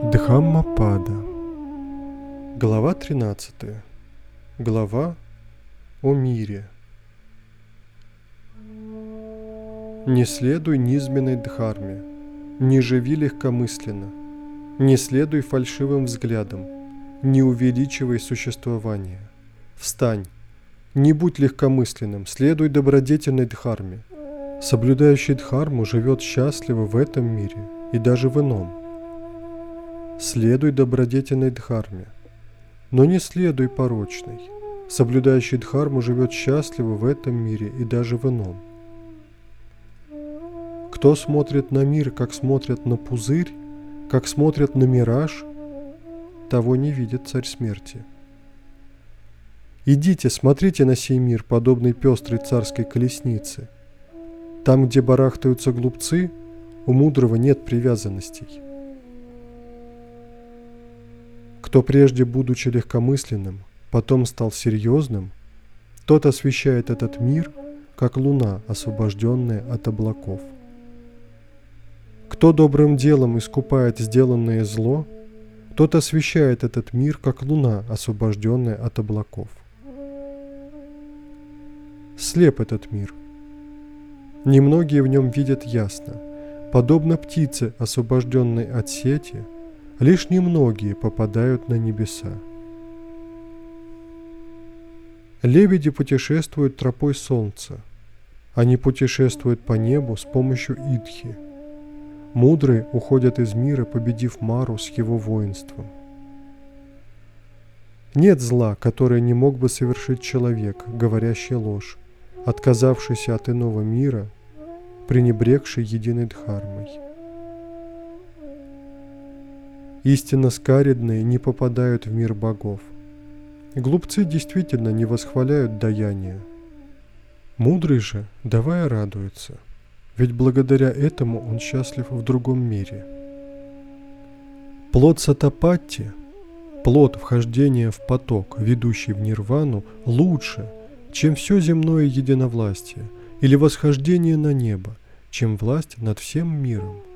Дхаммапада. Глава 13. Глава о мире. Не следуй низменной дхарме, не живи легкомысленно, не следуй фальшивым взглядам, не увеличивай существование. Встань, не будь легкомысленным, следуй добродетельной дхарме. Соблюдающий дхарму живет счастливо в этом мире и даже в ином. Следуй добродетельной дхарме, но не следуй порочной. Соблюдающий дхарму живет счастливо в этом мире и даже в ином. Кто смотрит на мир, как смотрят на пузырь, как смотрят на мираж, того не видит царь смерти. Идите, смотрите на сей мир, подобный пестрой царской колеснице. Там, где барахтаются глупцы, у мудрого нет привязанностей. Кто прежде, будучи легкомысленным, потом стал серьезным, тот освещает этот мир, как луна, освобожденная от облаков. Кто добрым делом искупает сделанное зло, тот освещает этот мир, как луна, освобожденная от облаков. Слеп этот мир. Немногие в нем видят ясно. Подобно птице, освобожденной от сети, лишь немногие попадают на небеса. Лебеди путешествуют тропой солнца. Они путешествуют по небу с помощью Идхи. Мудрые уходят из мира, победив Мару с его воинством. Нет зла, которое не мог бы совершить человек, говорящий ложь, отказавшийся от иного мира, пренебрегший единой дхармой. Истинно скаредные не попадают в мир богов. Глупцы действительно не восхваляют даяние. Мудрый же, давая, радуется, ведь благодаря этому он счастлив в другом мире. Плод сатапатти, плод вхождения в поток, ведущий в нирвану, лучше, чем все земное единовластие или восхождение на небо, чем власть над всем миром.